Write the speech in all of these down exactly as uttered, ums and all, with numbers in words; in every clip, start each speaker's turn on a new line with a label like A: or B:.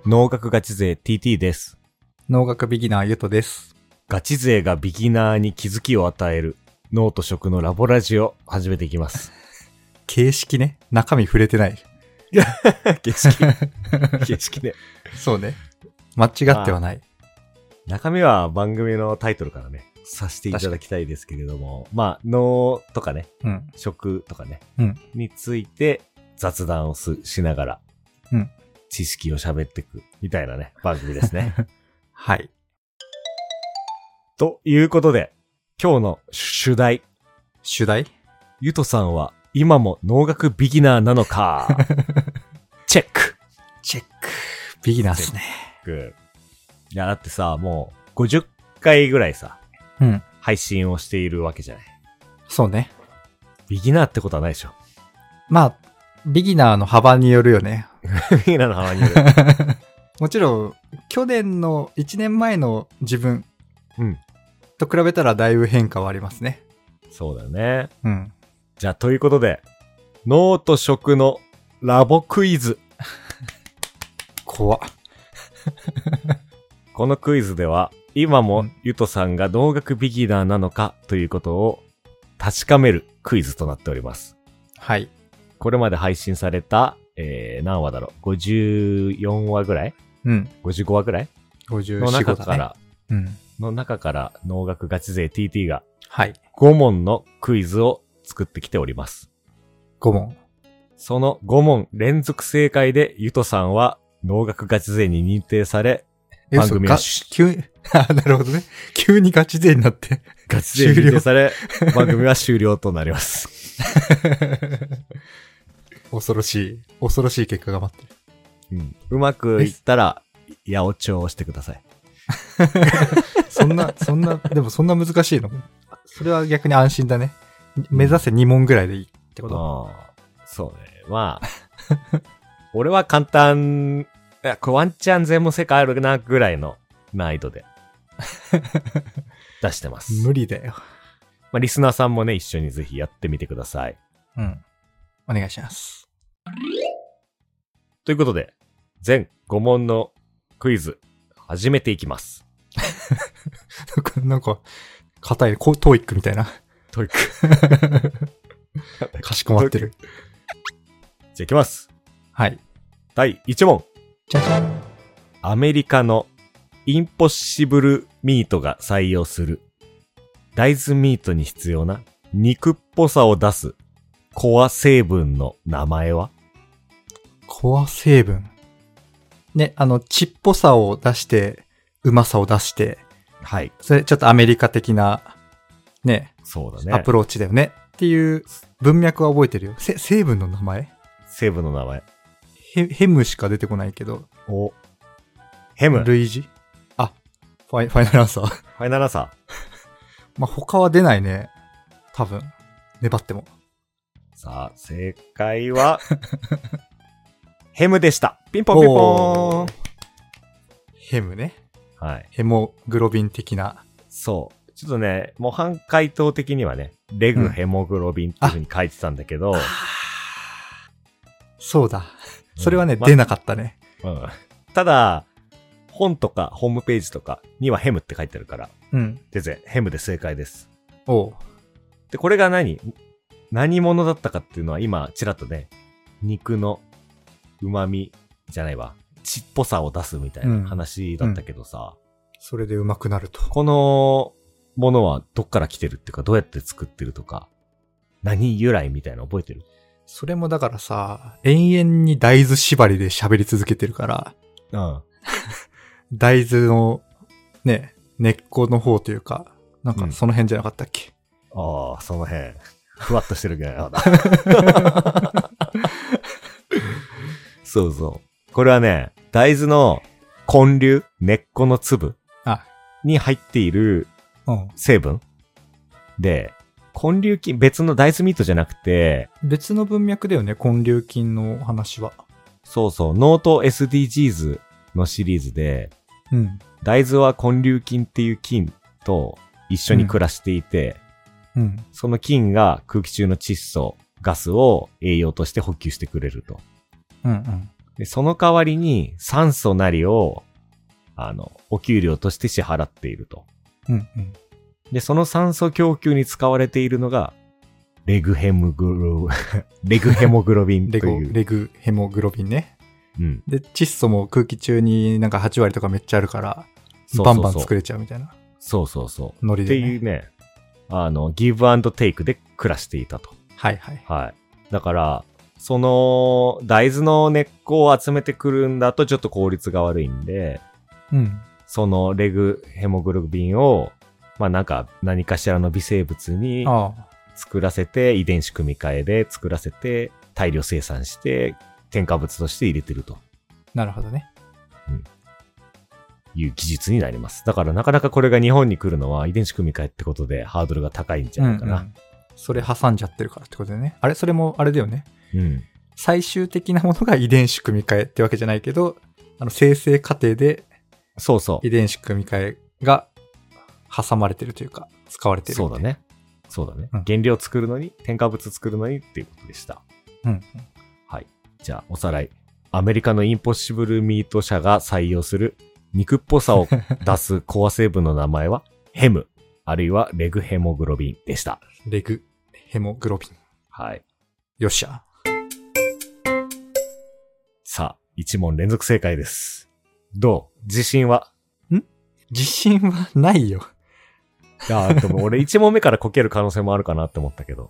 A: 農学ガチ勢 ティーティー です。
B: 農学ビギナーゆとです。
A: ガチ勢がビギナーに気づきを与える脳と食のラボラジオ始めていきます。
B: 形式ね。中身触れてない。
A: 形式形式ね。
B: そうね。間違ってはない。
A: 中身は番組のタイトルからね、させていただきたいですけれども、まあ、脳とかね、
B: うん、
A: 食とかね、
B: うん、
A: について雑談をすしながら、
B: うん、
A: 知識を喋っていくみたいなね、番組ですね。
B: はい。
A: ということで、今日の主題。
B: 主題？
A: ゆとさんは今も農学ビギナーなのかチェック
B: チェックビギナーですね。
A: いやだってさ、もうごじゅっかいぐらいさ、
B: うん、
A: 配信をしているわけじゃない。
B: そうね。
A: ビギナーってことはないでしょ。
B: まあビギナーの幅によるよね。
A: ビギナーの幅による。
B: もちろん去年のいちねんまえの自分、
A: うん、
B: と比べたらだいぶ変化はありますね。
A: そうだよね。
B: うん。
A: じゃあということで、脳と食のラボクイズ。
B: 怖っ。
A: このクイズでは今もゆとさんが農学ビギナーなのかということを確かめるクイズとなっております。
B: はい。
A: これまで配信された、えー、何話だろう ?ごじゅうよんわぐらい？
B: うん。
A: ごじゅうごわぐらい
B: ごじゅうよん、
A: の中から、
B: ね、うん。
A: の中から農学ガチ勢 ティーティー が、
B: はい。
A: ご問のクイズを作ってきております。
B: ご問。
A: そのご問連続正解でゆとさんは農学ガチ勢に認定され、番組は
B: 急に、あ、なるほどね。急にガチ勢になって。
A: ガチ勢に認定され、番組は終了となります。
B: 恐ろしい、恐ろしい結果が待ってる。
A: うん。うまくいったら、八百長をしてください。
B: そんな、そんな、でもそんな難しいの？それは逆に安心だね。目指せに問ぐらいでいいってこと？
A: ああ、そうね。まあ、俺は簡単、いや、これワンチャン全問正解あるなぐらいの難易度で出してます。
B: 無理だよ。
A: まあ、リスナーさんもね、一緒にぜひやってみてください。
B: うん。お願いします。
A: ということで、全ご問のクイズ、始めていきます。
B: なんか、硬い、トーイックみたいな。
A: トーイック。
B: かしこまってる。
A: じゃあいきます。
B: はい。
A: だいいち問。
B: じゃじゃん。
A: アメリカのインポッシブルミートが採用する大豆ミートに必要な肉っぽさを出すコア成分の名前は？
B: コア成分。ね、あの、血っぽさを出して、うまさを出して、
A: はい。
B: それちょっとアメリカ的な、ね、
A: そうだね。
B: アプローチだよね。っていう文脈は覚えてるよ。せ、成分の名前？
A: 成分の名前。
B: ヘ、ヘムしか出てこないけど。
A: お。ヘム。
B: 類似？あ、ファイ、ファイナルアンサー。
A: ファイナルアンサー。
B: まあ、他は出ないね。多分。粘っても。
A: さあ、正解は、ヘムでした。ピンポンピンポーン。
B: ヘムね。
A: はい。
B: ヘモグロビン的な。
A: そう。ちょっとね、模範解答的にはね、レグヘモグロビンっていう風に書いてたんだけど。うん、
B: そうだ。それはね、うん、
A: ま、
B: 出なかったね。
A: うん。ただ、本とかホームページとかにはヘムって書いてあるから。
B: うん。
A: 全然、ヘムで正解です。
B: おう。
A: で、これが何何者だったかっていうのは今、ちらっとね、肉の旨味じゃないわ。血っぽさを出すみたいな話だったけどさ。うんうん、
B: それで上手くなると。
A: このものはどっから来てるっていうか、どうやって作ってるとか、何由来みたいなの覚えてる？
B: それもだからさ、永遠に大豆縛りで喋り続けてるから。
A: うん。
B: 大豆のね、根っこの方というか、なんかその辺じゃなかったっけ？
A: うん、ああ、その辺。ふわっとしてるけど。そうそう。これはね、大豆の根粒、根っこの粒に入っている成分、うん、で、根粒菌、別の大豆ミートじゃなくて、
B: 別の文脈だよね、根粒菌の話は。
A: そうそう、ノート エスディージーズ のシリーズで、
B: うん、
A: 大豆は根粒菌っていう菌と一緒に暮らしていて、
B: うんうん、
A: その菌が空気中の窒素、ガスを栄養として補給してくれると。
B: うんうん、
A: で、その代わりに酸素なりを、あの、お給料として支払っていると。
B: うんうん。
A: で、その酸素供給に使われているのが、レグヘモグロ、レグヘモグロビンという。
B: レグヘモグロビンね。
A: うん。
B: で、窒素も空気中になんかはち割とかめっちゃあるから、そうそうそう、バンバン作れちゃうみたいな。
A: そうそうそう。
B: ノリで、ね。
A: っていうね、あの、ギブアンドテイクで暮らしていたと。
B: はいはい。
A: はい。だから、その、大豆の根っこを集めてくるんだとちょっと効率が悪いんで、
B: うん。
A: そのレグヘモグロビンを、まあなんか何かしらの微生物に作らせて、遺伝子組み換えで作らせて、大量生産して、添加物として入れてると。
B: なるほどね。
A: うん。いう技術になります。だからなかなかこれが日本に来るのは遺伝子組み換えってことでハードルが高いんじゃないかな。うんうん、
B: それ挟んじゃってるからってことでね。あれそれもあれだよね。
A: うん。
B: 最終的なものが遺伝子組み換えってわけじゃないけど、あの生成過程で、
A: そうそう。
B: 遺伝子組み換えが挟まれてるというか、使われてる。
A: そうだね。そうだね。うん、原料作るのに、添加物作るのにっていうことでした。
B: うん、うん。
A: はい。じゃあ、おさらい。アメリカのインポッシブルミート社が採用する肉っぽさを出すコア成分の名前は、ヘム、あるいはレグヘモグロビンでした。
B: レグヘモグロビン。
A: はい。
B: よっしゃ。
A: さあ、一問連続正解です。どう？自信は？
B: ん？自信はないよ。
A: いや、でも俺一問目からこける可能性もあるかなって思ったけど。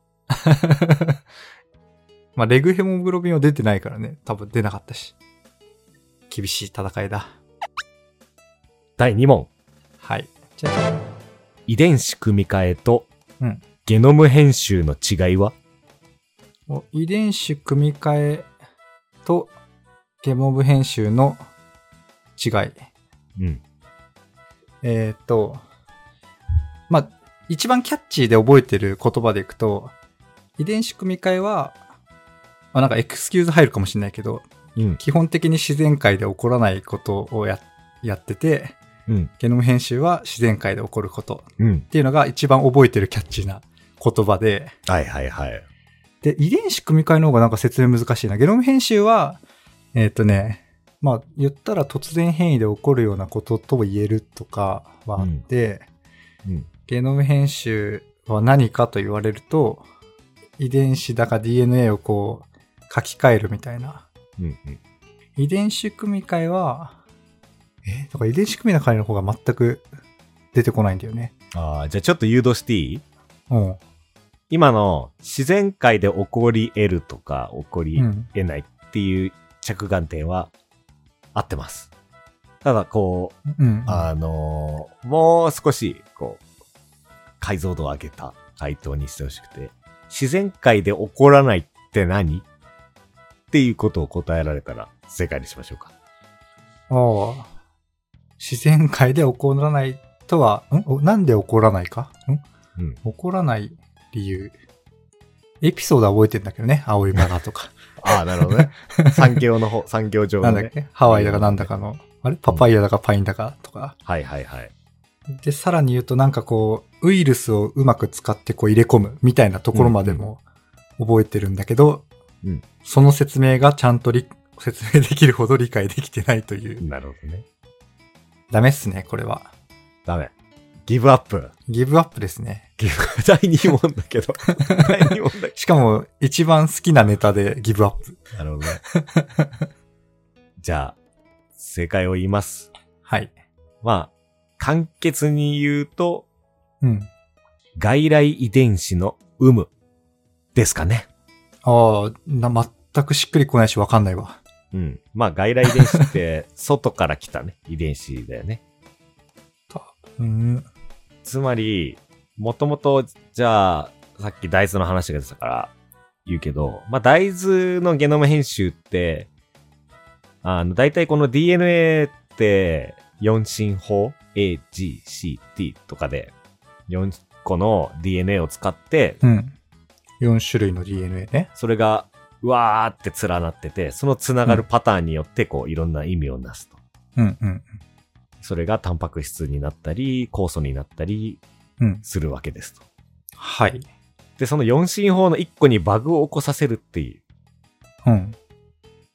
B: まあ、レグヘモグロビンは出てないからね。多分出なかったし。厳しい戦いだ。
A: だいに問。
B: はい。じゃあ、
A: 遺伝子組み換えと、
B: うん、
A: ゲノム編集の違いは？
B: 遺伝子組み換えとゲノム編集の違い。
A: うん。
B: えっと、まあ、一番キャッチーで覚えてる言葉でいくと、遺伝子組み換えは、まあ、なんかエクスキューズ入るかもしれないけど、
A: うん、
B: 基本的に自然界で起こらないことを や, やってて、
A: うん、
B: ゲノム編集は自然界で起こること、
A: うん、
B: っていうのが一番覚えてるキャッチーな言葉で、
A: はいはいはい。
B: で、遺伝子組み換えの方がなんか説明難しいな。ゲノム編集は、えっとね、まあ言ったら突然変異で起こるようなことと言えるとかはあって、
A: うんうん、
B: ゲノム編集は何かと言われると、遺伝子だか ディーエヌエー をこう書き換えるみたいな。
A: うんうん、
B: 遺伝子組み換えは、えだから遺伝子組み換えの方が全く出てこないんだよね。
A: ああ、じゃあちょっと誘導していい？
B: うん。
A: 今の自然界で起こり得るとか起こり得ないっていう着眼点は合ってます。ただこう、
B: うんうん、
A: あのー、もう少しこう解像度を上げた回答にしてほしくて、自然界で起こらないって何？っていうことを答えられたら正解にしましょうか。
B: ああ。自然界で起こらないとは、んなんで起こらないかん、うん、起こらない理由。エピソードは覚えてんだけどね。青いバラとか。
A: ああ、なるほどね。産業の方、産業上のね。
B: なんだっけハワイだかなんだかの、あれパパイヤだかパインだかとか。
A: うん、はいはいはい。
B: で、さらに言うとなんかこう、ウイルスをうまく使ってこう入れ込むみたいなところまでも覚えてるんだけど、
A: うん、
B: その説明がちゃんと説明できるほど理解できてないという。
A: なるほどね。
B: ダメっすね、これは。
A: ダメ。ギブアップ。
B: ギブアップですね。
A: ギブ、だいに問だけど。だいに問だけど。
B: しかも、一番好きなネタでギブアップ。
A: なるほどね。じゃあ、正解を言います。
B: はい。
A: まあ、簡潔に言うと、
B: うん。
A: 外来遺伝子の有無ですかね。
B: ああ、な、全くしっくりこないしわかんないわ。
A: うん。まあ、外来遺伝子って、外から来たね、遺伝子だよね。
B: うん。
A: つまり、もともと、じゃあ、さっき大豆の話が出たから言うけど、まあ、大豆のゲノム編集って、あの、大体この ディーエヌエー って、よん進法 A、G、C、T とかで、よんこの ディーエヌエー を使って、
B: うん。よん種類の ディーエヌエー ね。
A: それが、うわーって連なってて、その繋がるパターンによって、こう、いろんな意味をなすと。
B: うんうん。
A: それがタンパク質になったり、酵素になったり、するわけですと、うん。
B: はい。
A: で、そのよん進法のいっこにバグを起こさせるっていう。
B: うん。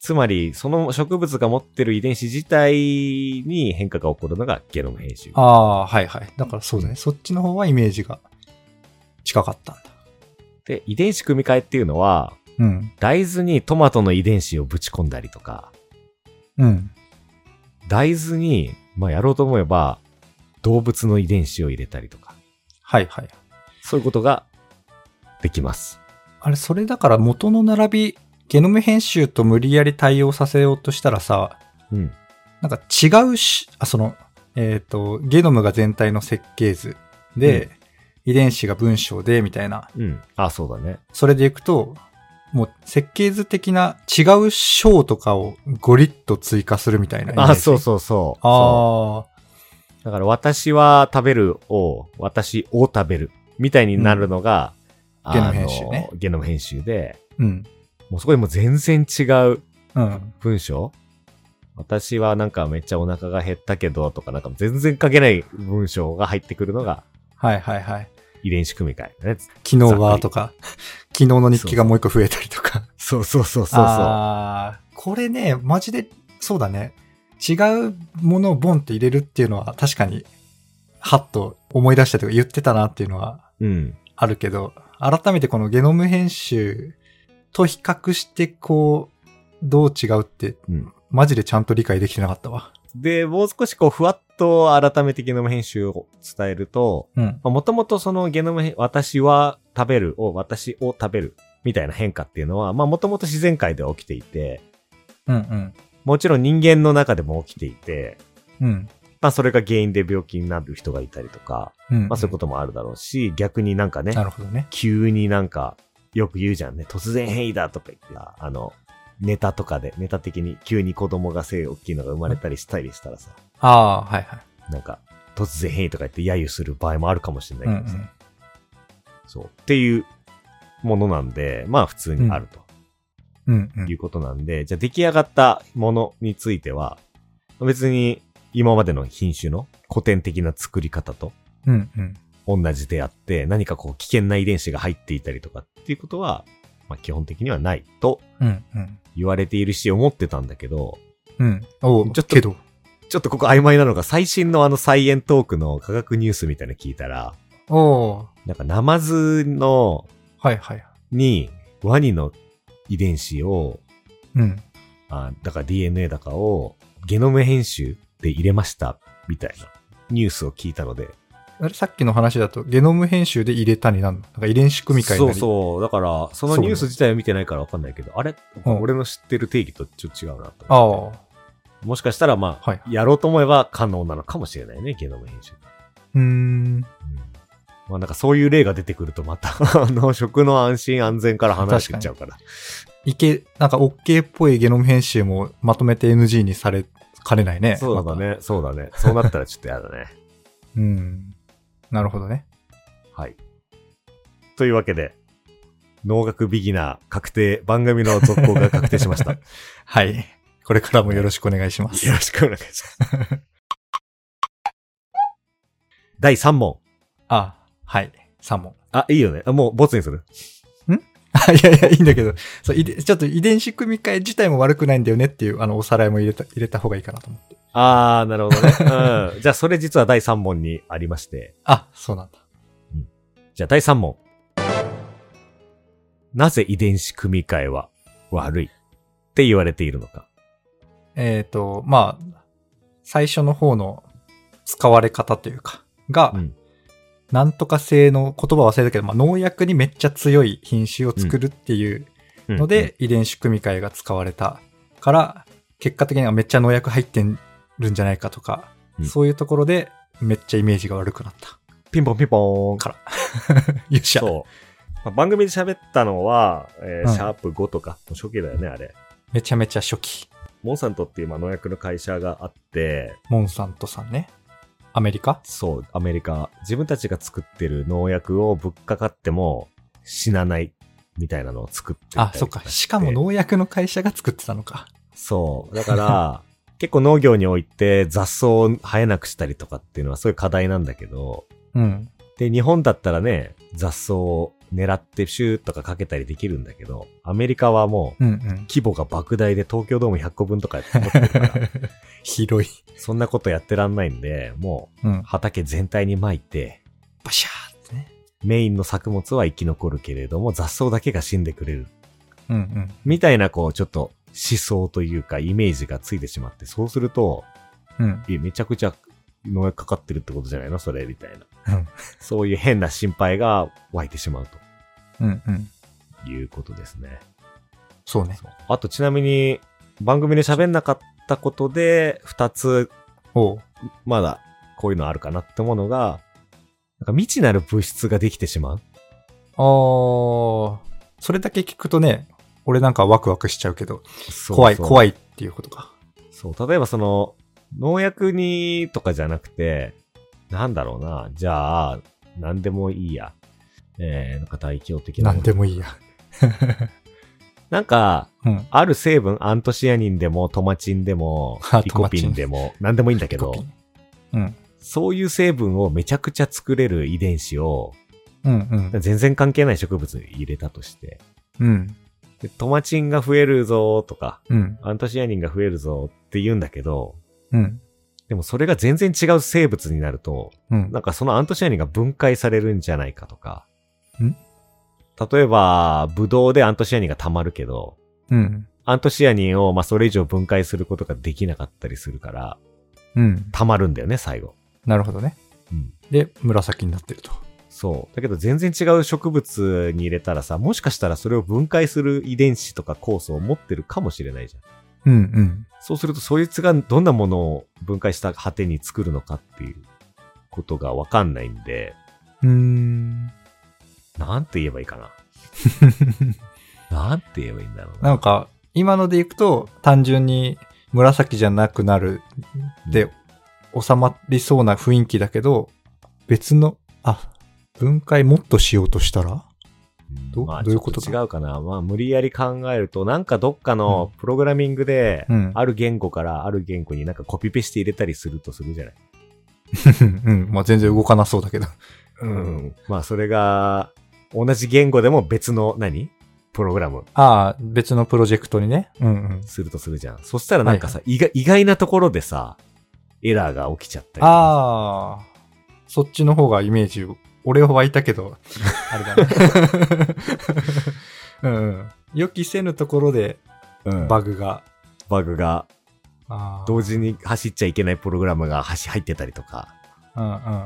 A: つまり、その植物が持ってる遺伝子自体に変化が起こるのがゲノム編集。
B: ああ、はいはい。だからそうだね。うん、そっちの方はイメージが近かったんだ。
A: で、遺伝子組み換えっていうのは、うん、大豆にトマトの遺伝子をぶち込んだりとか、うん、大豆に、まあやろうと思えば、動物の遺伝子を入れたりとか。
B: はいはい。
A: そういうことができます。
B: あれ、それだから元の並び、ゲノム編集と無理やり対応させようとしたらさ、うん。なんか違うし、あ、その、えっと、ゲノムが全体の設計図で、うん、遺伝子が文章で、みたいな。
A: うん。あ、そうだね。
B: それでいくと、もう設計図的な違う章とかをゴリッと追加するみたいな。
A: あ、そうそうそう。
B: あ
A: あ。だから私は食べるを、私を食べるみたいになるのが、
B: うん、ゲノム編集ね。
A: ゲノム編集で、
B: うん。
A: もうそこでもう全然違う文章、うん、私はなんかめっちゃお腹が減ったけどとかなんか全然書けない文章が入ってくるのが、
B: はいはいはい。
A: 遺伝子組み換えね。
B: 昨日はとか、昨日の日記がもう一個増えたりとか。
A: そうそうそうそうそう。
B: ああ、これね、マジで、そうだね。違うものをボンって入れるっていうのは確かに、はっと思い出したとか言ってたなっていうのは、あるけど、うん、改めてこのゲノム編集と比較してこう、どう違うって、うん、マジでちゃんと理解できてなかったわ。
A: で、もう少しこう、ふわっと改めてゲノム編集を伝えると、もともとそのゲノム編、私は食べるを、私を食べるみたいな変化っていうのは、まあもともと自然界では起きていて、
B: うんうん、
A: もちろん人間の中でも起きていて、
B: うん、
A: まあそれが原因で病気になる人がいたりとか、うんうん、まあそういうこともあるだろうし、逆になんかね、
B: なるほどね。
A: 急になんか、よく言うじゃんね、突然変異だとか言って、あの、ネタとかで、ネタ的に急に子供が背大きいのが生まれたりしたりしたらさ。
B: ああ、はいはい。
A: なんか、突然変異とか言って揶揄する場合もあるかもしれないけどさ。うんうん、そう。っていうものなんで、まあ普通にあると。
B: うんうん、
A: いうことなんで、じゃあ出来上がったものについては、別に今までの品種の古典的な作り方と、
B: 同
A: じであって、何かこう危険な遺伝子が入っていたりとかっていうことは、まあ基本的にはないと言われているし、思ってたんだけど、
B: うん。お
A: ちょっと、ちょっとここ曖昧なのが、最新のあのサイエントークの科学ニュースみたいなの聞いたら、
B: お
A: なんかナマズの、
B: はいはい。
A: に、ワニの遺伝子を、
B: うん。
A: あ、だから ディーエヌエー だかを、ゲノム編集で入れました、みたいなニュースを聞いたので、
B: あれさっきの話だとゲノム編集で入れたになるの？なんか遺伝子組み換えになり。
A: そうそう。だから、そのニュース自体を見てないからわかんないけど、あれ、うん、俺の知ってる定義とちょっと違うなと思って。ああ。もしかしたら、まあ、はい、やろうと思えば可能なのかもしれないね、ゲノム編集。
B: うーん。うん、
A: まあなんかそういう例が出てくるとまた、あの、食の安心安全から離れてっちゃうから。
B: いけ、なんか OK っぽいゲノム編集もまとめて エヌジー にされかねないね。
A: そうだね、ま、そうだね。そうなったらちょっとやだね。
B: うん。なるほどね。
A: はい。というわけで、農学ビギナー確定、番組の続行が確定しました。
B: はい。これからもよろしくお願いします。
A: よろしくお願いします。だいさん問。
B: あ、はい。さん問。
A: あ、いいよね。もう、ボツにする。
B: んあ、いやいや、いいんだけど、そう、いで、ちょっと遺伝子組み換え自体も悪くないんだよねっていう、あの、おさらいも入れた、入れた方がいいかなと思って。
A: あー、なるほどね。うん。じゃあ、それ実はだいさん問にありまして。
B: あ、そうなんだ。
A: うん。じゃあ、だいさん問。なぜ遺伝子組み換えは悪いって言われているのか。
B: えっと、まあ、最初の方の使われ方というか、が、うん、なんとか性の言葉忘れたけど、まあ、農薬にめっちゃ強い品種を作るっていうので、うんうんうん、遺伝子組み換えが使われたから、結果的にはめっちゃ農薬入ってるんじゃないかとか、うん、そういうところでめっちゃイメージが悪くなった。
A: ピンポンピンポーン。
B: から。よっしゃ。
A: そう。まあ、番組で喋ったのは、えーうん、シャープごとか、初期だよね、あれ。
B: めちゃめちゃ初期。
A: モンサントっていうまあ農薬の会社があって、
B: モンサントさんね。アメリカ？
A: そう、アメリカ。自分たちが作ってる農薬をぶっかかっても死なないみたいなのを作ってたりとかして。
B: あ、そっか。しかも農薬の会社が作ってたのか。
A: そう。だから、結構農業において雑草を生えなくしたりとかっていうのはそういう課題なんだけど、
B: うん。
A: で、日本だったらね、雑草を狙ってシューとかかけたりできるんだけど、アメリカはもう、規模が莫大で東京ドームひゃっこぶんとか持ってるから、
B: 広い。
A: そんなことやってらんないんで、もう、畑全体に巻いて、
B: バシャーってね。
A: メインの作物は生き残るけれども、雑草だけが死んでくれる。
B: うんうん。
A: みたいな、こう、ちょっと思想というか、イメージがついてしまって、そうすると、
B: うん。
A: いやめちゃくちゃ農薬かかってるってことじゃないのそれ、みたい
B: な。うん。
A: そういう変な心配が湧いてしまうと。
B: うんうん。
A: いうことですね。
B: そうね。
A: そうあと、ちなみに、番組で喋んなかったことで、二つ、
B: おう
A: まだ、こういうのあるかなって思うのが、なんか未知なる物質ができてしまう。
B: あー、それだけ聞くとね、俺なんかワクワクしちゃうけど、そう怖い、怖いっていうことか。
A: そう、例えばその、農薬にとかじゃなくて、なんだろうな、じゃあ、なんでもいいや。えー、なんか大気的な。
B: なんでもいいや。
A: なんか、
B: うん、
A: ある成分、アントシアニンでも、トマチンでも、リコピンでも、なんでもいいんだけど、
B: うん、
A: そういう成分をめちゃくちゃ作れる遺伝子を、
B: うんうん、
A: 全然関係ない植物に入れたとして、
B: うん、
A: でトマチンが増えるぞとか、
B: うん、
A: アントシアニンが増えるぞって言うんだけど、
B: うん、
A: でもそれが全然違う生物になると、
B: うん、
A: なんかそのアントシアニンが分解されるんじゃないかとか、
B: ん
A: 例えば、ブドウでアントシアニンが溜まるけど、
B: うん、
A: アントシアニンをまあそれ以上分解することができなかったりするから、
B: うん、
A: 溜まるんだよね、最後。
B: なるほどね。
A: うん、
B: で、紫になってると。
A: そう。だけど全然違う植物に入れたらさ、もしかしたらそれを分解する遺伝子とか酵素を持ってるかもしれないじゃん。
B: うんうん。
A: そうすると、そいつがどんなものを分解した果てに作るのかっていうことがわかんないんで、
B: うーん。
A: なんて言えばいいかな。なんて言えばいいんだろう
B: な。なんか、今のでいくと、単純に紫じゃなくなるで、収まりそうな雰囲気だけど、別の、あ、分解もっとしようとしたらど、
A: まあ、
B: どういうことだ？
A: 違うかな。まあ、無理やり考えると、なんかどっかのプログラミングで、
B: うん、
A: ある言語からある言語になんかコピペして入れたりするとするじゃない。
B: うん。まあ、全然動かなそうだけど。
A: うん。まあ、それが、同じ言語でも別の何、プログラム。
B: ああ、別のプロジェクトにね。うんうん。
A: するとするじゃん。そしたらなんかさ、
B: はい
A: 意外、意外なところでさ、エラーが起きちゃったり。
B: ああ、そっちの方がイメージ、俺は湧いたけど、あれだね。うんうん。予期せぬところで、バグが。
A: バグが、
B: あ
A: 同時に走っちゃいけないプログラムが走入ってたりとか。
B: うんうんうん。
A: うん。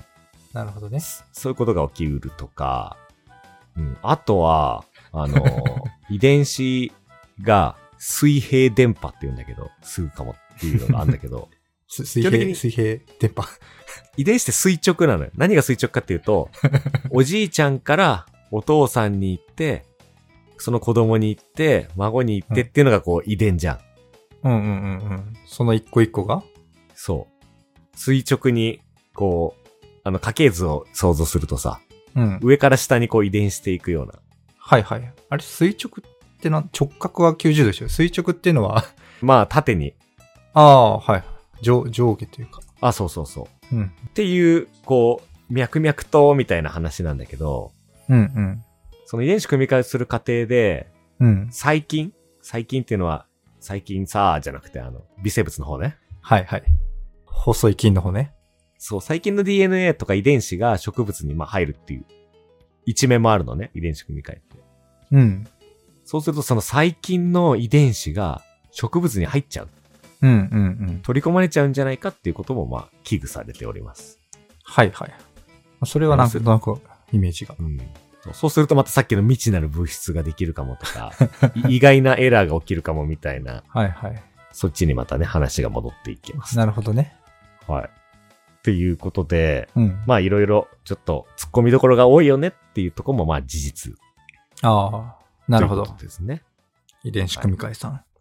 B: なるほどね。
A: そういうことが起きうるとか、うん。あとは、あの、遺伝子が水平電波って言うんだけど、すぐかもっていうのがあるんだけど、
B: 水平、水平電波。
A: 遺伝子って垂直なのよ。何が垂直かっていうと、おじいちゃんからお父さんに行って、その子供に行って、孫に行ってっていうのがこう遺伝じゃん。
B: うんうんうんうん。その一個一個が
A: そう。垂直に、こう、あの家系図を想像するとさ、
B: うん、
A: 上から下にこう遺伝していくような。
B: はいはい。あれ、垂直ってな、直角はきゅうじゅうどでしょ？垂直っていうのは
A: まあ、縦に。
B: ああ、はい。上、上下というか。
A: あ、そうそうそう。
B: うん。
A: っていう、こう、脈々とみたいな話なんだけど、
B: うんうん。
A: その遺伝子組み換えする過程で、
B: うん。
A: 細菌細菌っていうのは、細菌さーじゃなくて、あの、微生物の方ね。
B: はいはい。細い菌の方ね。
A: そう、細菌の ディーエヌエー とか遺伝子が植物にまあ入るっていう一面もあるのね、遺伝子組み換えって。
B: うん。
A: そうするとその細菌の遺伝子が植物に入っちゃう。
B: うんうんうん。
A: 取り込まれちゃうんじゃないかっていうこともまあ危惧されております。
B: はいはい。それはなんとなくイメージが。
A: うん。そうするとまたさっきの未知なる物質ができるかもとか、意外なエラーが起きるかもみたいな。
B: はいはい。
A: そっちにまたね、話が戻っていきます。
B: なるほどね。
A: はい。っていうことで、
B: うん、
A: まあいろいろちょっと突っ込みどころが多いよねっていうところもまあ事実。
B: ああ、なるほど。
A: ということですね。
B: 遺伝子組み換えさん。はい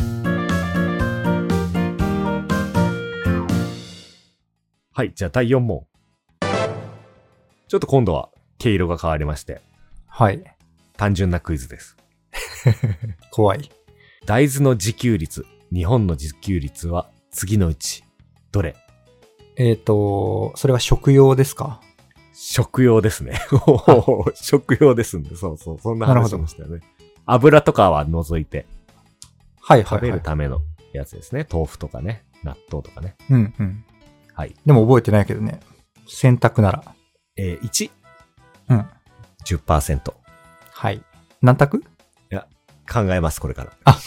A: はい、じゃあだいよん問。ちょっと今度は毛色が変わりまして。
B: はい。
A: 単純なクイズです。
B: 怖い。
A: 大豆の自給率、日本の自給率は次のうち、どれ？
B: えっと、それは食用ですか？
A: 食用ですね。食用ですんで、そうそう、そんな話もしたよね。油とかは除いて。
B: はいはい、はい。
A: 食べるためのやつですね。豆腐とかね、納豆とかね。
B: うんうん。
A: はい。
B: でも覚えてないけどね。選択なら。
A: えー、いち。
B: うん。
A: じゅっパーセント。
B: はい。何択？
A: いや、考えます、これから。
B: あ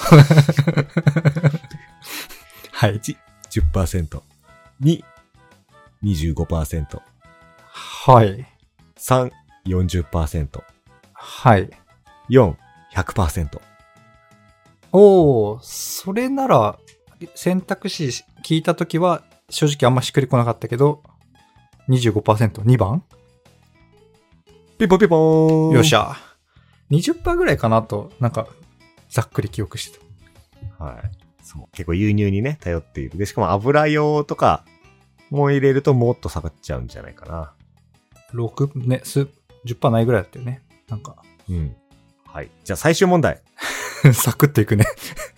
B: はい。
A: いち、じゅっパーセント。に、にじゅうごパーセント。
B: はい。
A: さん、よんじゅっパーセント。
B: はい。
A: よん、ひゃくパーセント。
B: おー、それなら、選択肢聞いたときは、正直あんましっくりこなかったけど、にじゅうごパーセント、にばん？
A: ピンポンピンポーン。
B: よっしゃ。にじゅっパーセント ぐらいかなと、なんか、ざっくり記憶して
A: た。はい。そう。結構輸入にね、頼っている。で、しかも油用とかも入れるともっと下がっちゃうんじゃないかな。
B: ろく、ね、す、じゅっパーセント ないぐらいだったよね。なんか。
A: うん。はい。じゃあ最終問題。
B: サクッといくね。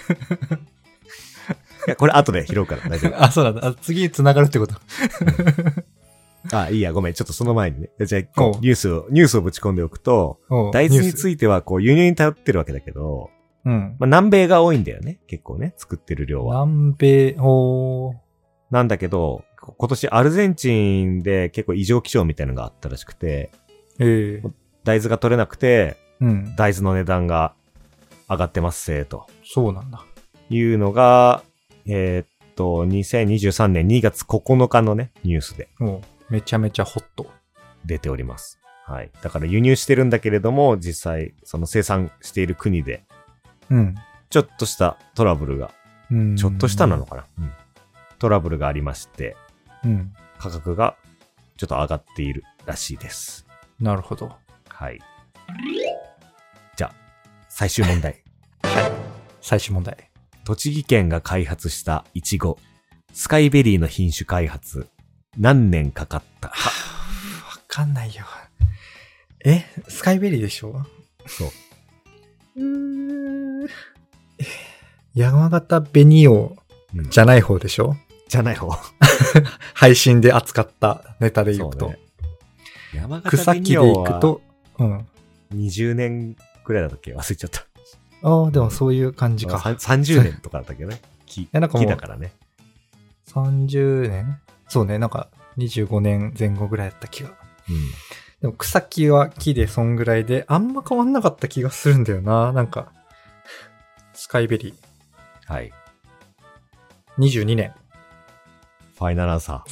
A: いや、これ後で拾うから大丈夫。
B: あ、そうなんだ。あ、次に繋がるってこと。
A: あ、いいや、ごめん。ちょっとその前にね。じゃあ、こうニュースを、ニュースをぶち込んでおくと、大豆についてはこう輸入に頼ってるわけだけど、
B: うん。
A: まあ、南米が多いんだよね。結構ね。作ってる量は。
B: 南米、おー。
A: なんだけど、今年アルゼンチンで結構異常気象みたいなのがあったらしくて、
B: ええー。
A: 大豆が取れなくて、
B: うん。
A: 大豆の値段が上がってますせーと。
B: そうなんだ。
A: いうのが、えー、っと、にせんにじゅうさんねんにがつここのかのね、ニュースで。
B: おめちゃめちゃホット。
A: 出ております。はい。だから輸入してるんだけれども、実際、その生産している国で、
B: うん。
A: ちょっとしたトラブルが、
B: うん。
A: ちょっとしたなのかな、うん、トラブルがありまして、
B: うん。
A: 価格がちょっと上がっているらしいです。
B: なるほど。
A: はい。じゃあ、最終問題。
B: はい。最終問題。
A: 栃木県が開発したイチゴ、スカイベリーの品種開発、何年かかったか。
B: わかんないよ。え、スカイベリーでしょ？
A: そう。
B: うーん。山形紅王じゃない方でしょ？うん、
A: じゃない方。
B: 配信で扱ったネタで言うと。
A: ね、山形
B: 草木で行くと、うん。
A: にじゅうねんくらいだったっけ？忘れちゃった。
B: ああ、でもそういう感じか。
A: さんじゅうねんとかだったっけね。木、
B: なんかもう
A: 木だからね。
B: さんじゅうねん？そうね、なんかにじゅうごねんぜん後ぐらいだった気が。
A: うん。
B: でも草木は木でそんぐらいで、あんま変わんなかった気がするんだよな。なんか、スカイベリー。
A: はい。
B: にじゅうにねん。
A: ファイナルアンサ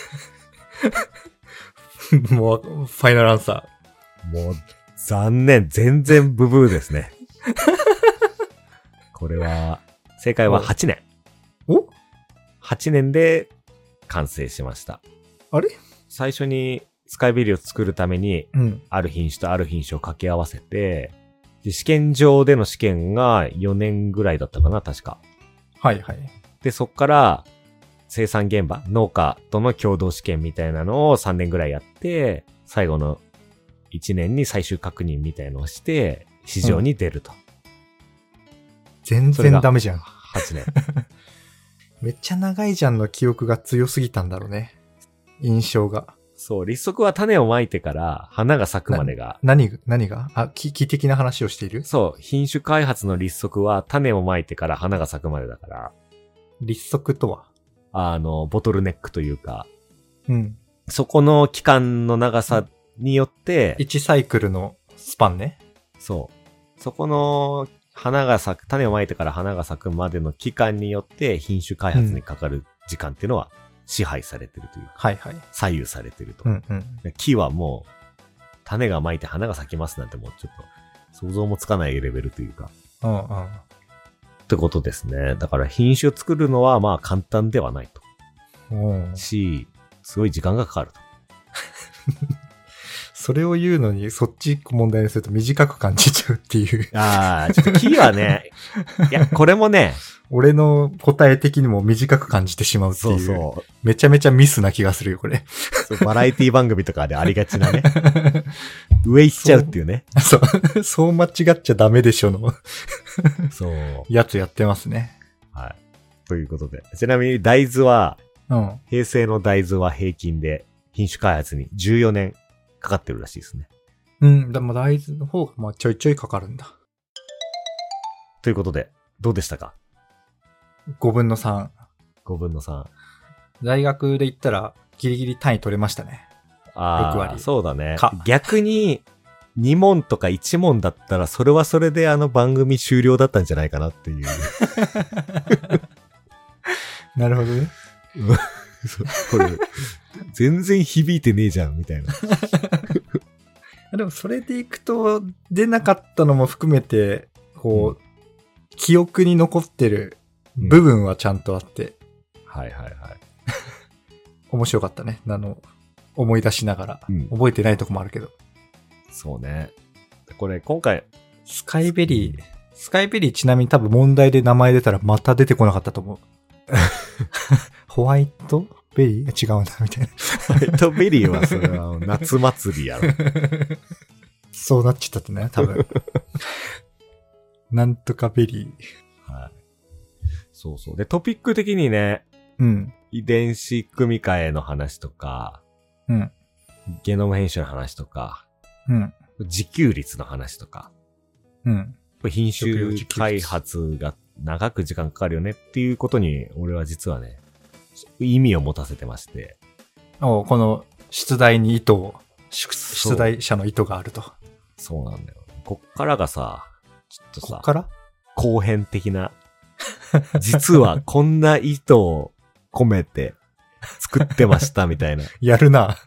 B: ー。もう、ファイナルアンサ
A: ー。もう、残念。全然ブブーですね。これは、正解ははちね
B: ん。お ?
A: はち 年で完成しました。
B: あれ？
A: 最初にスカイベリーを作るために、
B: うん、
A: ある品種とある品種を掛け合わせて、で試験場での試験がよねんぐらいだったかな、確か。
B: はいはい。
A: で、そっから生産現場、農家との共同試験みたいなのをさんねんぐらいやって、最後のいちねんに最終確認みたいのをして、市場に出ると。うん、
B: 全然ダメじゃん。
A: はちねん。
B: めっちゃ長いじゃんの記憶が強すぎたんだろうね。印象が。
A: そう、立足は種をまいてから花が咲くまでが。
B: 何、何があ、木、木的な話をしている？
A: そう、品種開発の立足は種をまいてから花が咲くまでだから。
B: 立足とは？
A: あの、ボトルネックというか。
B: うん。
A: そこの期間の長さによって。
B: いちサイクルのスパンね。
A: そう。そこの花が咲く、種をまいてから花が咲くまでの期間によって品種開発にかかる時間っていうのは支配されてるというか、
B: はいはい。
A: 左右されてると。
B: うんうん、
A: 木はもう種がまいて花が咲きますなんてもうちょっと想像もつかないレベルというか。
B: うんうん。
A: ってことですね。だから品種を作るのはまあ簡単ではないと。
B: うん、
A: し、すごい時間がかかると。
B: それを言うのに、そっち問題にすると短く感じちゃうっていう。
A: ああ、ちょっと木はね、いや、これもね、
B: 俺の答え的にも短く感じてしまうっていう。そうそう。めちゃめちゃミスな気がするよ、これ。
A: そうバラエティ番組とかでありがちなね。上行っちゃうっていうね。
B: そう。そう間違っちゃダメでしょの。
A: そう。
B: やつやってますね。
A: はい。ということで。ちなみに大豆は、
B: うん。
A: 平成の大豆は平均で品種開発にじゅうよねんかかってるらしいですね。
B: うん。でも大豆の方がまあちょいちょいかかるんだ。
A: ということで、どうでしたか？
B: ごぶんのさん。
A: ごぶんのさん。
B: 大学で言ったらギリギリ単位取れましたね。
A: ああ、
B: ろく割。
A: そうだね。逆にに問とかいち問だったらそれはそれであの番組終了だったんじゃないかなっていう。
B: なるほどね。
A: これ全然響いてねえじゃんみたいな。
B: でもそれでいくと出なかったのも含めてこう、うん、記憶に残ってる部分はちゃんとあって、うん、
A: はいはいはい。
B: 面白かったね。あの思い出しながら、うん、覚えてないとこもあるけど。
A: そうね。これ今回
B: スカイベリー、スカイベリーちなみに多分問題で名前出たらまた出てこなかったと思う。ホワイトベリー違うんだみたいな。
A: ホワイトベリーはそれは夏祭りやろ。
B: そうなっちゃったってね、多分。なんとかベリー。
A: はい。そうそう。で、トピック的にね、
B: うん。
A: 遺伝子組み換えの話とか、
B: うん。
A: ゲノム編集の話とか、
B: うん。
A: 自給率の話とか、
B: うん。
A: 品種開発が長く時間かかるよねっていうことに、俺は実はね、意味を持たせてまして。
B: おこの出題に意図を、出題者の意図があると。
A: そうなんだよ。こっからがさ、ちょっとさ、
B: こっから
A: 後編的な、実はこんな意図を込めて作ってましたみたいな。
B: やるな。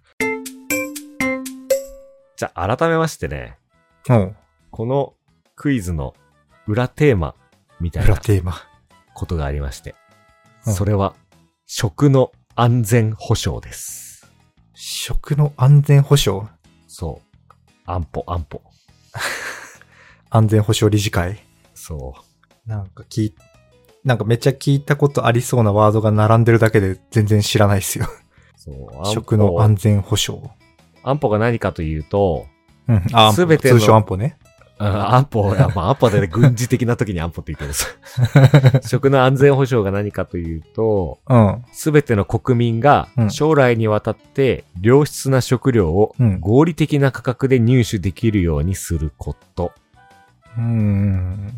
A: じゃあ改めましてね、
B: うん、
A: このクイズの裏テーマみたいなことがありまして、
B: うん、
A: それは食の安全保障です。
B: 食の安全保障？
A: そう。安保、安保。
B: 安全保障理事会？
A: そう。
B: なんか聞い、なんかめっちゃ聞いたことありそうなワードが並んでるだけで全然知らないっすよ。
A: そう。
B: 食の安全保障。
A: 安保が何かというと、
B: うん、あ、すべての通称安保ね。
A: 安保、まあ安保で、ね、軍事的な時に安保って言ってるんです。食の安全保障が何かというと、すべ、うん、ての国民が将来にわたって良質な食料を合理的な価格で入手できるようにすること。
B: うん、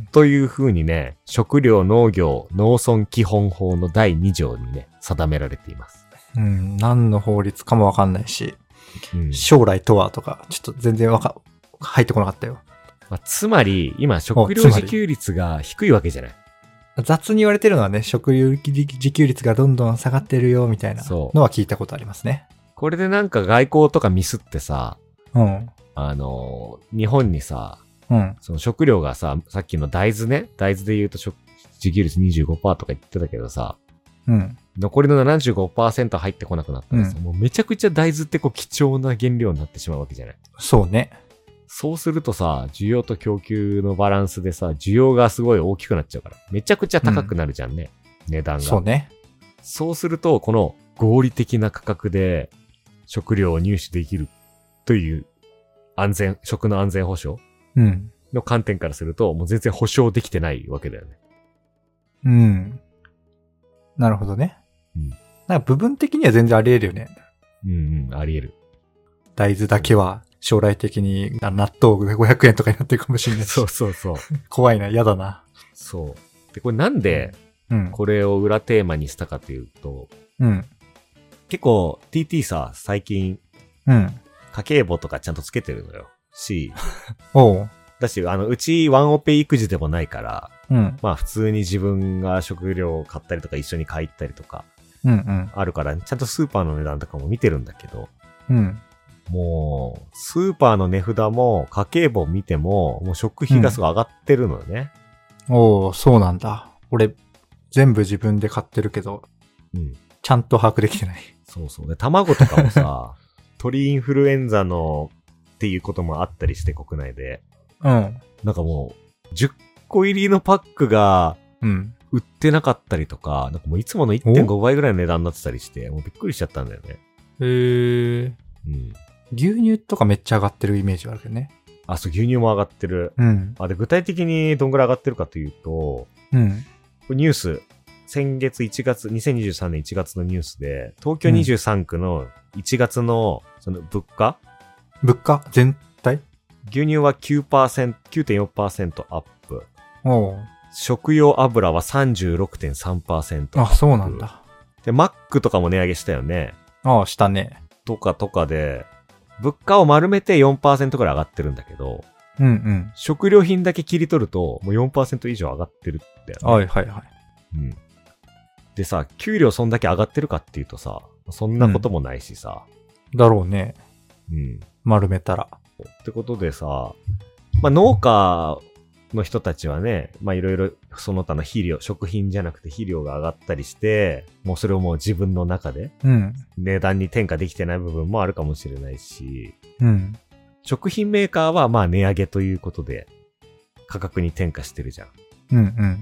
A: というふうにね、食料農業農村基本法のだいに条にね、定められています。
B: うん、何の法律かもわかんないし、うん、将来とはとか、ちょっと全然わか、入ってこなかったよ。
A: まあ、つまり、今、食料自給率が低いわけじゃない。
B: 雑に言われてるのはね、食料自給率がどんどん下がってるよ、みたいなのは聞いたことありますね。
A: これでなんか外交とかミスってさ、
B: うん。
A: あの、日本にさ、
B: うん。
A: その食料がさ、さっきの大豆ね、大豆で言うと食自給率 にじゅうごパーセント とか言ってたけどさ、
B: うん。
A: 残りの ななじゅうごパーセント 入ってこなくなったらさ、うん、もうめちゃくちゃ大豆ってこう貴重な原料になってしまうわけじゃない。
B: そうね。
A: そうするとさ、需要と供給のバランスでさ、需要がすごい大きくなっちゃうから、めちゃくちゃ高くなるじゃんね、うん、値段が。
B: そうね。
A: そうすると、この合理的な価格で食料を入手できるという安全、食の安全保障の観点からすると、もう全然保障できてないわけだよね。
B: うん。なるほどね。
A: うん。
B: なんか部分的には全然あり得るよね。
A: うんうん、あり得る。
B: 大豆だけは将来的に納豆がごひゃくえんとかになってるかもしれないし。
A: そうそうそう。
B: 怖いな、嫌だな。
A: そう。で、これなんで、これを裏テーマにしたかというと、
B: うん。
A: 結構 ティーティー さ、最近、
B: うん。
A: 家計簿とかちゃんとつけてるのよ。し、
B: おう。
A: だし、あの、うちワンオペ育児でもないから、
B: うん。
A: まあ普通に自分が食料を買ったりとか一緒に買い行ったりとか、
B: うんうん。
A: あるから、ちゃんとスーパーの値段とかも見てるんだけど、
B: うん。
A: もう、スーパーの値札も家計簿見ても、もう食費がすごい上がってるのよね。
B: うん、おー、そうなんだ。俺、全部自分で買ってるけど、
A: うん。
B: ちゃんと把握できてない。
A: そうそう。で、卵とかもさ、鳥インフルエンザのっていうこともあったりして国内で。
B: うん。
A: なんかもう、じゅっこ入りのパックが、
B: うん。
A: 売ってなかったりとか、なんかもういつもの いってんご 倍ぐらいの値段になってたりして、もうびっくりしちゃったんだよね。
B: へー。
A: うん。
B: 牛乳とかめっちゃ上がってるイメージあるけどね。
A: あ、そう、牛乳も上がってる。
B: うん。
A: あ、で、具体的にどんぐらい上がってるかというと、
B: うん。
A: ニュース、先月いちがつ、にせんにじゅうさんねんいちがつのニュースで、東京にじゅうさんくのいちがつの、その物価、
B: 物価全体？
A: 牛乳は きゅうパーセント、きゅうてんよんパーセント アップ。
B: おう。
A: 食用油は さんじゅうろくてんさんパーセント アップ。
B: あ、そうなんだ。
A: で、マックとかも値上げしたよね。
B: ああ、したね。
A: とかとかで、物価を丸めて よんパーセント くらい上がってるんだけど、
B: うんうん。
A: 食料品だけ切り取ると、もう よんパーセント 以上上がってるって、ね。
B: はいはいはい。
A: うん。でさ、給料そんだけ上がってるかっていうとさ、そんなこともないしさ。
B: うん、だろうね。
A: うん。
B: 丸めたら。
A: ってことでさ、まあ農家の人たちはね、まあいろいろその他の肥料、食品じゃなくて肥料が上がったりして、もうそれをもう自分の中で、値段に転嫁できてない部分もあるかもしれないし、
B: うん。
A: 食品メーカーはまあ値上げということで、価格に転嫁してるじゃん。
B: うんうん。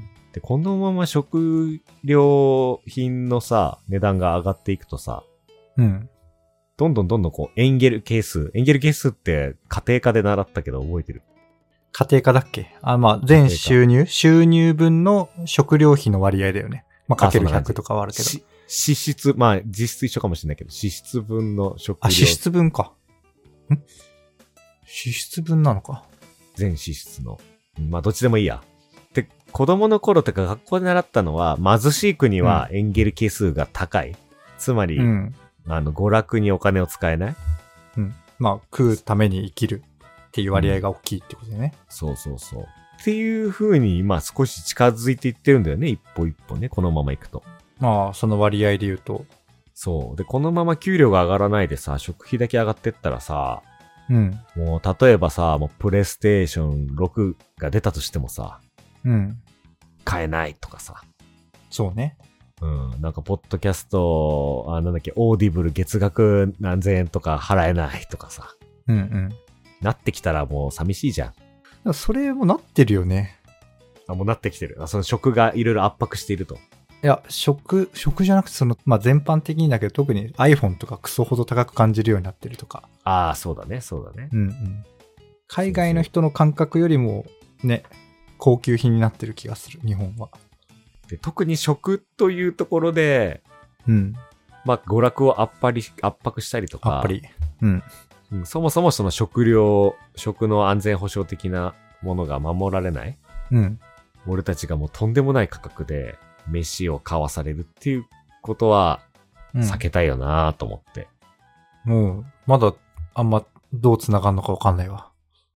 A: で、このまま食料品のさ、値段が上がっていくとさ、
B: うん。
A: どんどんどんどんこう、エンゲル係数。エンゲル係数って家庭科で習ったけど覚えてる？
B: 家庭科だっけ？あ、まあ、全収入収入分の食料費の割合だよね。まあ、かけるひゃくとかはあるけど。
A: 支出、まあ、実質一緒かもしれないけど、支出分の食料。
B: あ、支出分か。ん？支出分なのか。
A: 全支出の。まあ、どっちでもいいや。で、子供の頃とか学校で習ったのは、貧しい国はエンゲル係数が高い。うん、つまり、うん、あの、娯楽にお金を使えない。
B: うん。まあ、食うために生きるっていう割合が大きいってことだよね、
A: うん。そうそうそう。っていう風に今少し近づいていってるんだよね。一歩一歩ね。このままいくと。
B: ああ、その割合で言うと。
A: そう。で、このまま給料が上がらないでさ、食費だけ上がってったらさ、
B: うん。
A: もう、例えばさ、もうプレイステーションろくが出たとしてもさ、
B: うん。
A: 買えないとかさ。
B: そうね。
A: うん。なんか、ポッドキャスト、あ、なんだっけ、オーディブル月額何千円とか払えないとかさ。
B: うんうん。
A: なってきたらもう寂しいじゃ
B: ん。それもなってるよね。
A: あ、もうなってきてる。あ、その食がいろいろ圧迫していると。
B: いや、食、食じゃなくてその、まあ、全般的にだけど、特に iPhone とかクソほど高く感じるようになってるとか。
A: ああ、そうだね、そうだね。
B: うんうん。海外の人の感覚よりも、ね、高級品になってる気がする、日本は。
A: で、特に食というところで、
B: うん。
A: まあ、娯楽を圧迫り、圧迫したりとか。
B: 圧迫り。うん。
A: うん、そもそもその食料、食の安全保障的なものが守られない。
B: うん。
A: 俺たちがもうとんでもない価格で飯を買わされるっていうことは避けたいよなと思って。
B: うん、もう、まだあんまどう繋がるのかわかんないわ。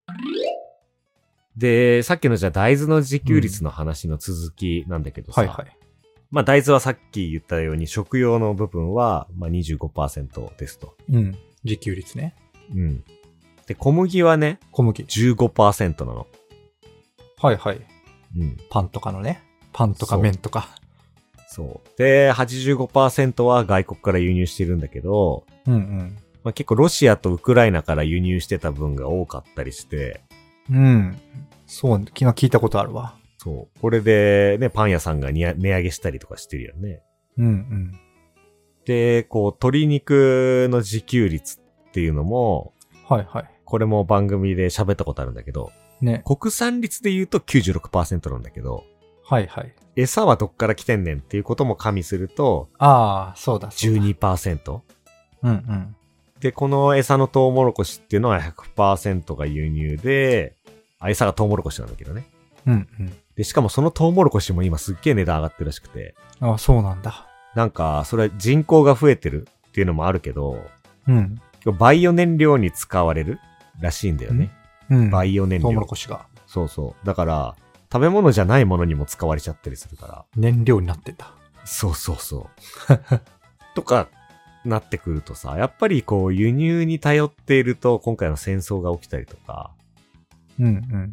A: で、さっきのじゃあ大豆の自給率の話の続きなんだけどさ。
B: うん、はいはい。
A: まあ大豆はさっき言ったように食用の部分はまあ にじゅうごパーセント ですと。
B: うん。自給率ね。
A: うん。で、小麦はね、
B: 小麦
A: じゅうごパーセント なの。
B: はいはい。
A: うん。
B: パンとかのね。パンとか麺とか。
A: そう。そうで、はちじゅうごパーセント は外国から輸入してるんだけど、
B: うんうん。
A: まあ、結構ロシアとウクライナから輸入してた分が多かったりして、
B: うん。そう、昨日聞いたことあるわ。
A: そう。これでね、パン屋さんが値上げしたりとかしてるよね。
B: うんうん。
A: で、こう、鶏肉の自給率っていうのも、
B: はいはい。
A: これも番組で喋ったことあるんだけど、
B: ね。
A: 国産率で言うと きゅうじゅうろくパーセント なんだけど、
B: はいはい。
A: 餌はどっから来てんねんっていうことも加味すると、
B: ああ、そうだそうだ。
A: じゅうにパーセント。
B: うんうん。
A: で、この餌のトウモロコシっていうのは ひゃくパーセント が輸入で、あ、餌がトウモロコシなんだけどね。
B: うんうん。
A: で、しかもそのトウモロコシも今すっげえ値段上がってるらしくて。
B: ああ、そうなんだ。
A: なんか、それは人口が増えてるっていうのもあるけど、
B: うん。
A: バイオ燃料に使われるらしいんだよね。
B: うん。
A: バイオ燃料。
B: トウモロコシが。
A: そうそう。だから、食べ物じゃないものにも使われちゃったりするから。
B: 燃料になってんだ。
A: そうそうそう。とか、なってくるとさ、やっぱりこう輸入に頼っていると今回の戦争が起きたりとか、
B: うんうん。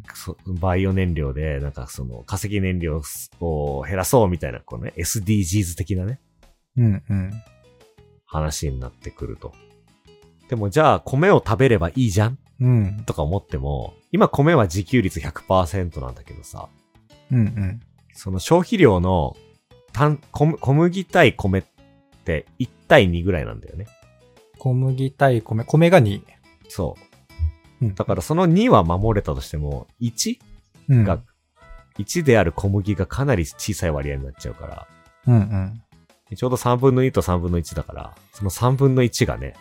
A: バイオ燃料でなんかその化石燃料を減らそうみたいなこのね エスディージーズ 的なね、
B: うんうん、
A: 話になってくると。でもじゃあ米を食べればいいじゃん、
B: うん、
A: とか思っても、今米は自給率 ひゃくパーセント なんだけどさ、
B: うんうん、
A: その消費量の単小、小麦対米っていち対にぐらいなんだよね。
B: 小麦対米、米がに。
A: そう。うん、だからそのには守れたとしても、いち、うん、が、いちである小麦がかなり小さい割合になっちゃうから。
B: うんうん。
A: ちょうどさんぶんのにとさんぶんのいちだから、そのさんぶんのいちがね、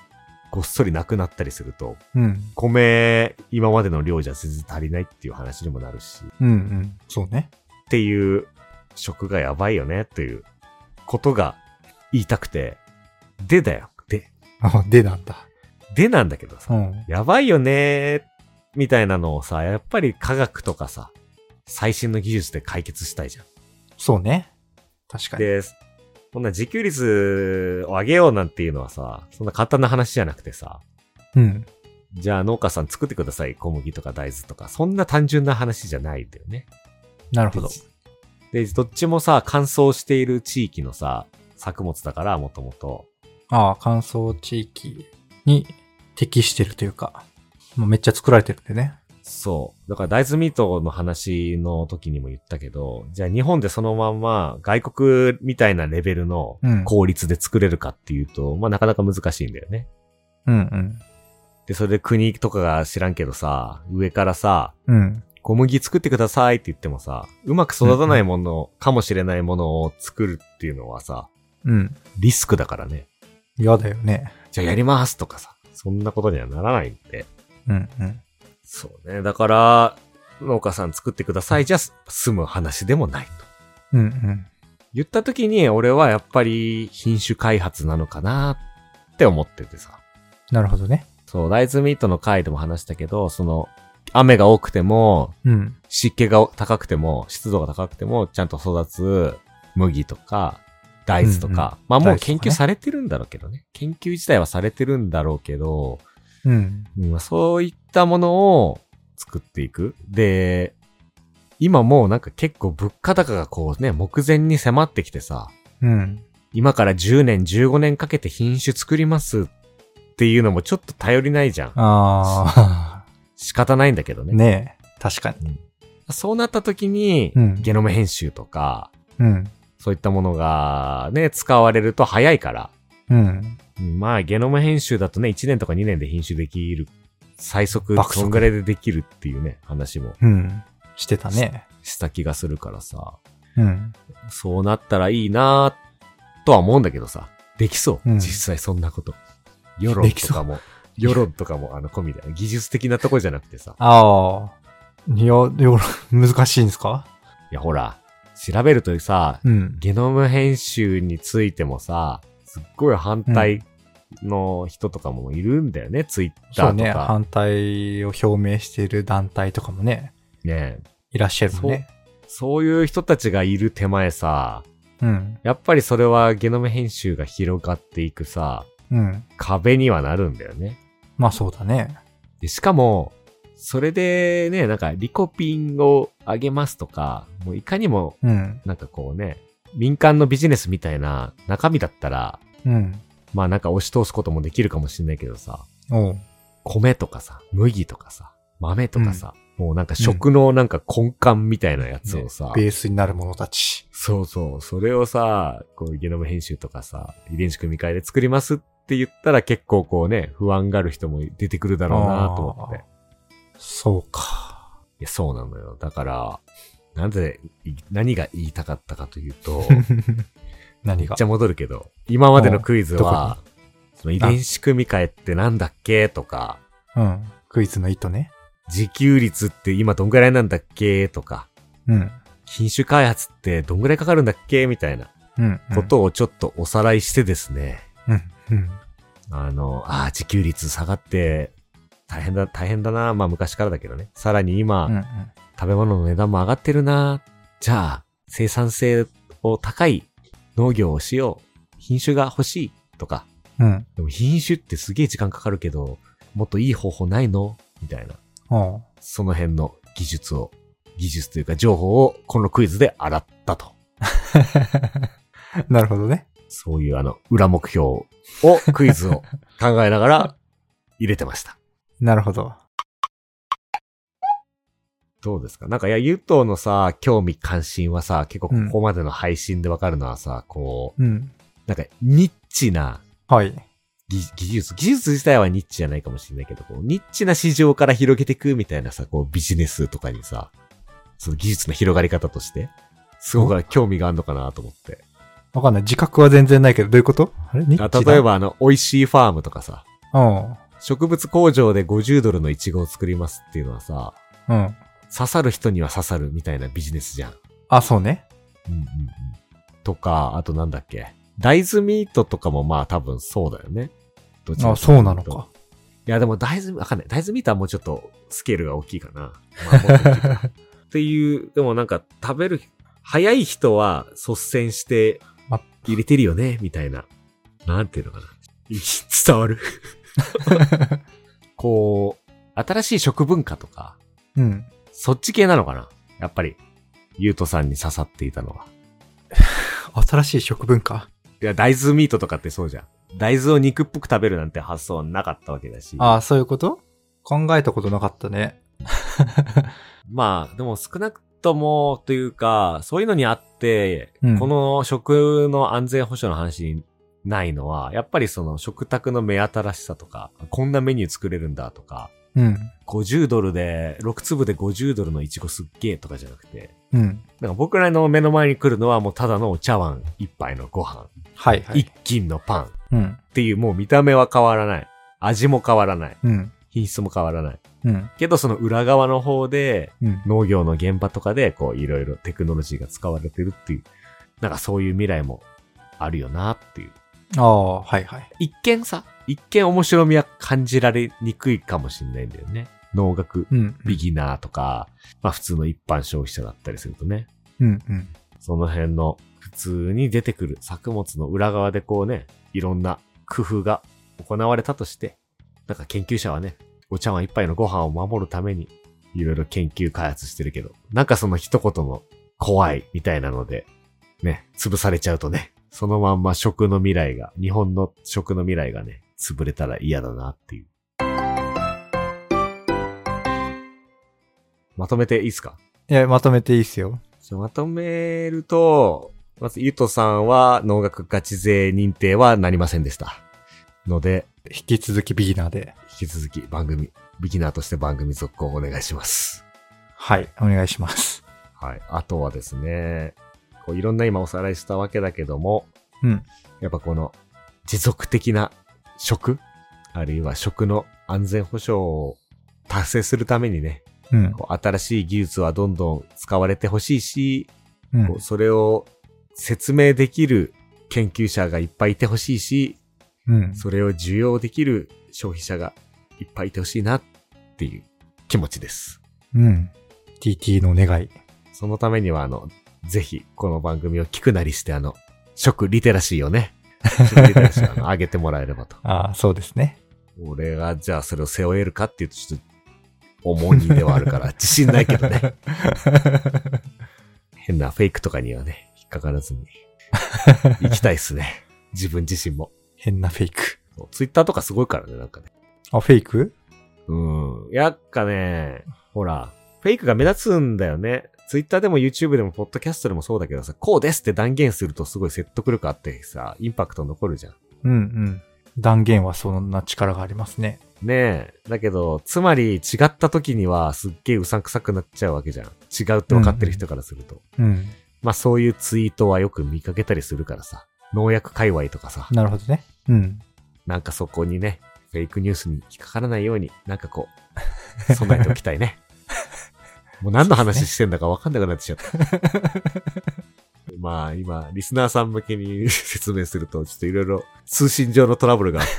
A: ごっそりなくなったりすると、
B: うん、
A: 米、今までの量じゃ全然足りないっていう話にもなるし。
B: うんうん。そうね。
A: っていう、食がやばいよね、ということが言いたくて、でだよ、で。
B: あ、でなんだ。
A: でなんだけどさ、
B: うん、
A: やばいよね、みたいなのをさ、やっぱり科学とかさ、最新の技術で解決したいじゃん。
B: そうね。確かに。
A: で、こんな自給率を上げようなんていうのはさ、そんな簡単な話じゃなくてさ、
B: うん。
A: じゃあ農家さん作ってください、小麦とか大豆とか、そんな単純な話じゃないんだよね。
B: なるほど。
A: で、どっちもさ、乾燥している地域のさ、作物だから、もともと。
B: ああ、乾燥地域に適してるというか、もうめっちゃ作られてるんでね。
A: そう。だから大豆ミートの話の時にも言ったけど、じゃあ日本でそのまんま外国みたいなレベルの効率で作れるかっていうと、うん、まあなかなか難しいんだよね。
B: うんうん。
A: で、それで国とかが知らんけどさ、上からさ、
B: うん。
A: 小麦作ってくださいって言ってもさ、うまく育たないものかもしれないものを作るっていうのはさ、
B: うん。
A: リスクだからね。
B: 嫌だよね。
A: じゃあやりますとかさ、そんなことにはならないんで。
B: うんうん。
A: そうね。だから、農家さん作ってくださいじゃ済む話でもないと。
B: うんうん。
A: 言った時に俺はやっぱり品種開発なのかなって思っててさ。
B: なるほどね。
A: そう、大豆ミートの回でも話したけど、その、雨が多くても、
B: うん、
A: 湿気が高くても、湿度が高くても、ちゃんと育つ麦とか、大豆とか、うんうん、まあもう研究されてるんだろうけどね。研究自体はされてるんだろうけど、
B: うん
A: うん、そういったものを作っていく。で、今もうなんか結構物価高がこうね、目前に迫ってきてさ、
B: うん、
A: 今からじゅうねん、じゅうごねんかけて品種作りますっていうのもちょっと頼りないじゃん。
B: ああ。
A: 仕方ないんだけどね。
B: ねえ、確かに。
A: うん、そうなった時に、うん、ゲノム編集とか、
B: うん、
A: そういったものがね、使われると早いから。
B: うん。
A: まあ、ゲノム編集だとね、いちねんとかにねんで品種できる。最速、そんぐらいでできるっていうね、話も。
B: うん。してたね。
A: し、した気がするからさ。
B: うん。
A: そうなったらいいなぁ、とは思うんだけどさ。できそう。
B: うん、
A: 実際そんなこと。世論とかも。世論とかも、あの、込みで。技術的なとこじゃなくてさ。
B: ああ。いや、世論、難しいんですか？
A: いや、ほら、調べるとさ、
B: うん、
A: ゲノム編集についてもさ、すっごい反対の人とかもいるんだよね、うん、ツイッターとか。そうね、
B: 反対を表明している団体とかもね。
A: ね
B: いらっしゃるもんね。
A: そう、そういう人たちがいる手前さ、
B: うん。
A: やっぱりそれはゲノム編集が広がっていくさ、
B: うん。
A: 壁にはなるんだよね。
B: まあそうだね。
A: で、しかも、それでね、なんかリコピンをあげますとか、もういかにも、なんかこうね、うん、民間のビジネスみたいな中身だったら、
B: うん。
A: まあなんか押し通すこともできるかもしれないけどさ、
B: おう
A: 米とかさ、麦とかさ、豆とかさ、うん、もうなんか食のなんか根幹みたいなやつをさ、
B: ね、ベースになるものたち。
A: そうそう、それをさ、こうゲノム編集とかさ、遺伝子組み換えで作りますって言ったら結構こうね、不安がある人も出てくるだろうなと思って。
B: そうか。
A: いや、そうなのよ。だから、なんで、何が言いたかったかというと、
B: 何が
A: めっちゃ戻るけど、今までのクイズは、その遺伝子組み換えってなんだっけとか、
B: うん。クイズの意図ね。
A: 自給率って今どんぐらいなんだっけとか、
B: うん。
A: 品種開発ってどんぐらいかかるんだっけみたいな、
B: うん。
A: ことをちょっとおさらいしてですね。
B: うん。うん。
A: あの、ああ、自給率下がって、大変だ、大変だな。まあ昔からだけどね。さらに今、
B: うんうん、
A: 食べ物の値段も上がってるな。じゃあ、生産性を高い農業をしよう。品種が欲しいとか。
B: うん。
A: でも品種ってすげえ時間かかるけど、もっといい方法ないのみたいな。
B: ああ
A: その辺の技術を、技術というか情報をこのクイズで洗ったと。
B: なるほどね。
A: そういうあの、裏目標を、クイズを考えながら入れてました。
B: なるほど。
A: どうですか？なんか、いや、ゆとのさ、興味関心はさ、結構ここまでの配信でわかるのはさ、うん、こう、
B: うん、
A: なんか、ニッチな、
B: はい。
A: 技術、技術自体はニッチじゃないかもしれないけど、こう、ニッチな市場から広げていくみたいなさ、こう、ビジネスとかにさ、その技術の広がり方として、すごく興味があるのかなと思って。
B: わかんない。自覚は全然ないけど、どういうこと？あれニッチだ？
A: 例えば、あの、美味しいファームとかさ、
B: うん。
A: 植物工場でごじゅうドルのイチゴを作りますっていうのはさ、
B: うん。
A: 刺さる人には刺さるみたいなビジネスじゃん。
B: あ、そうね。
A: うんうんうん。とか、あとなんだっけ。大豆ミートとかもまあ多分そうだよね。
B: どちらかというと。あ、そうなのか。
A: いやでも大豆、わかんない。大豆ミートはもうちょっとスケールが大きいかな。まあ、もっと大きいかっていう、でもなんか食べる、早い人は率先して入れてるよね、みたいな。なんていうのかな。伝わるこう、新しい食文化とか。
B: うん。
A: そっち系なのかなやっぱり、ゆうとさんに刺さっていたのは。
B: 新しい食文化？
A: いや、大豆ミートとかってそうじゃん。大豆を肉っぽく食べるなんて発想はなかったわけだし。
B: ああ、そういうこと？考えたことなかったね。
A: まあ、でも少なくともというか、そういうのにあって、
B: うん、
A: この食の安全保障の話にないのは、やっぱりその食卓の目新しさとか、こんなメニュー作れるんだとか、
B: うん、
A: ごじゅうドルで、ろくつぶでごじゅうドルのイチゴすっげーとかじゃなくて、
B: うん。
A: なんか僕らの目の前に来るのはもうただのお茶碗一杯のご飯。
B: はいはい。
A: 一斤のパン。
B: うん。
A: っていうもう見た目は変わらない。味も変わらない。
B: うん。
A: 品質も変わらない。
B: うん。
A: けどその裏側の方で、
B: うん、
A: 農業の現場とかでこういろいろテクノロジーが使われてるっていう、なんかそういう未来もあるよなっていう。
B: ああ、はいはい。
A: 一見さ、一見面白みは感じられにくいかもしれないんだよね。農学、
B: うん、
A: ビギナーとか、まあ普通の一般消費者だったりするとね。
B: うんうん。
A: その辺の普通に出てくる作物の裏側でこうね、いろんな工夫が行われたとして、なんか研究者はね、お茶碗一杯のご飯を守るためにいろいろ研究開発してるけど、なんかその一言の怖いみたいなので、ね、潰されちゃうとね、そのまんま食の未来が、日本の食の未来がね、潰れたら嫌だなっていう。まとめていいっすか？
B: いや、まとめていいっすよ。
A: まとめると、まず、ゆとさんは農学ガチ勢認定はなりませんでした。ので、
B: 引き続きビギナーで。
A: 引き続き番組、ビギナーとして番組続行をお願いします。
B: はい、お願いします。
A: はい。あとはですね、こういろんな今おさらいしたわけだけども、
B: うん。
A: やっぱこの持続的な食、あるいは食の安全保障を達成するためにね、
B: うん、
A: こう新しい技術はどんどん使われてほしいし、
B: うん、
A: こうそれを説明できる研究者がいっぱいいてほしいし、
B: うん、
A: それを需要できる消費者がいっぱいいてほしいなっていう気持ちです。
B: うん。ティーティー の願い。
A: そのためにはあの、ぜひこの番組を聞くなりしてあの、食リテラシーをね、食リテラシーをあの上げてもらえればと。
B: ああ、そうですね。
A: 俺がじゃあそれを背負えるかっていうとちょっと重荷ではあるから自信ないけどね。変なフェイクとかにはね、引っかからずに行きたいっすね。自分自身も。
B: 変なフェイク。
A: ツイッターとかすごいからね、なんかね。
B: あ、フェイク？
A: うん。やっかね、ほら、フェイクが目立つんだよね。ツイッターでも YouTube でもポッドキャストでもそうだけどさ、こうですって断言するとすごい説得力あってさ、インパクト残るじゃん。
B: うんうん。断言はそんな力がありますね。
A: ねえ。だけど、つまり違った時にはすっげえうさんくさくなっちゃうわけじゃん。違うって分かってる人からすると。
B: うん、うん。
A: まあそういうツイートはよく見かけたりするからさ。農薬界隈とかさ。
B: なるほどね。うん。
A: なんかそこにね、フェイクニュースに引っかからないように、なんかこう、備えておきたいね。もう何の話してんだか分かんなくなってきちゃった。まあ今、リスナーさん向けに説明すると、ちょっといろいろ通信上のトラブルがあって。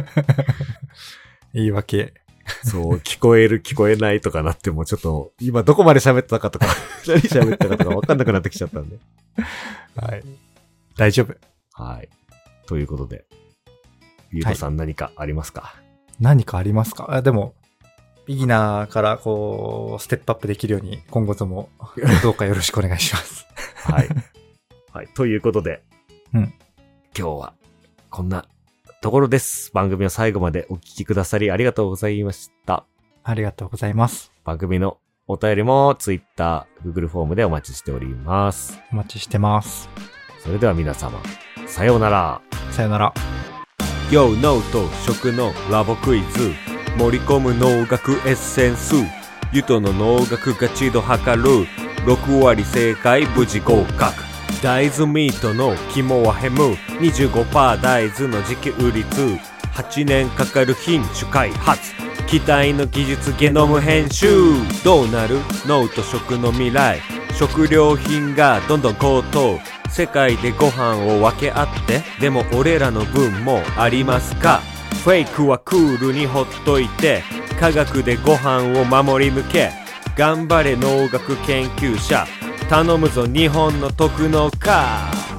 B: 言い訳。
A: そう、聞こえる聞こえないとかなってもちょっと、今どこまで喋ったかとか、何喋ったかとか分かんなくなってきちゃったんで。
B: はい。大丈夫。
A: はい。ということで、ゆうとさん何かありますか？はい、
B: 何かありますか？あ、でも、ビギナーからこう、ステップアップできるように、今後とも、どうかよろしくお願いします。
A: はい。はい。ということで、
B: うん。
A: 今日は、こんなところです。番組を最後までお聞きくださりありがとうございました。
B: ありがとうございます。
A: 番組のお便りも Twitter、Google フォームでお待ちしております。
B: お待ちしてます。
A: それでは皆様、さようなら。
B: さようなら。
A: Yo! 脳と食のラボクイズ。盛り込む農学エッセンス。ゆとの農学ガチ度測る。ろくわり正解無事合格。大豆ミートの肝はヘム。にじゅうごパーセント 大豆の自給率。 はちねんかかる品種開発、期待の技術ゲノム編集、どうなる脳と食の未来、食料品がどんどん高騰、世界でご飯を分け合って、でも俺らの分もありますか。フェイクはクールにほっといて、科学でご飯を守り抜け、頑張れ農学研究者、頼むぞ日本の特農家。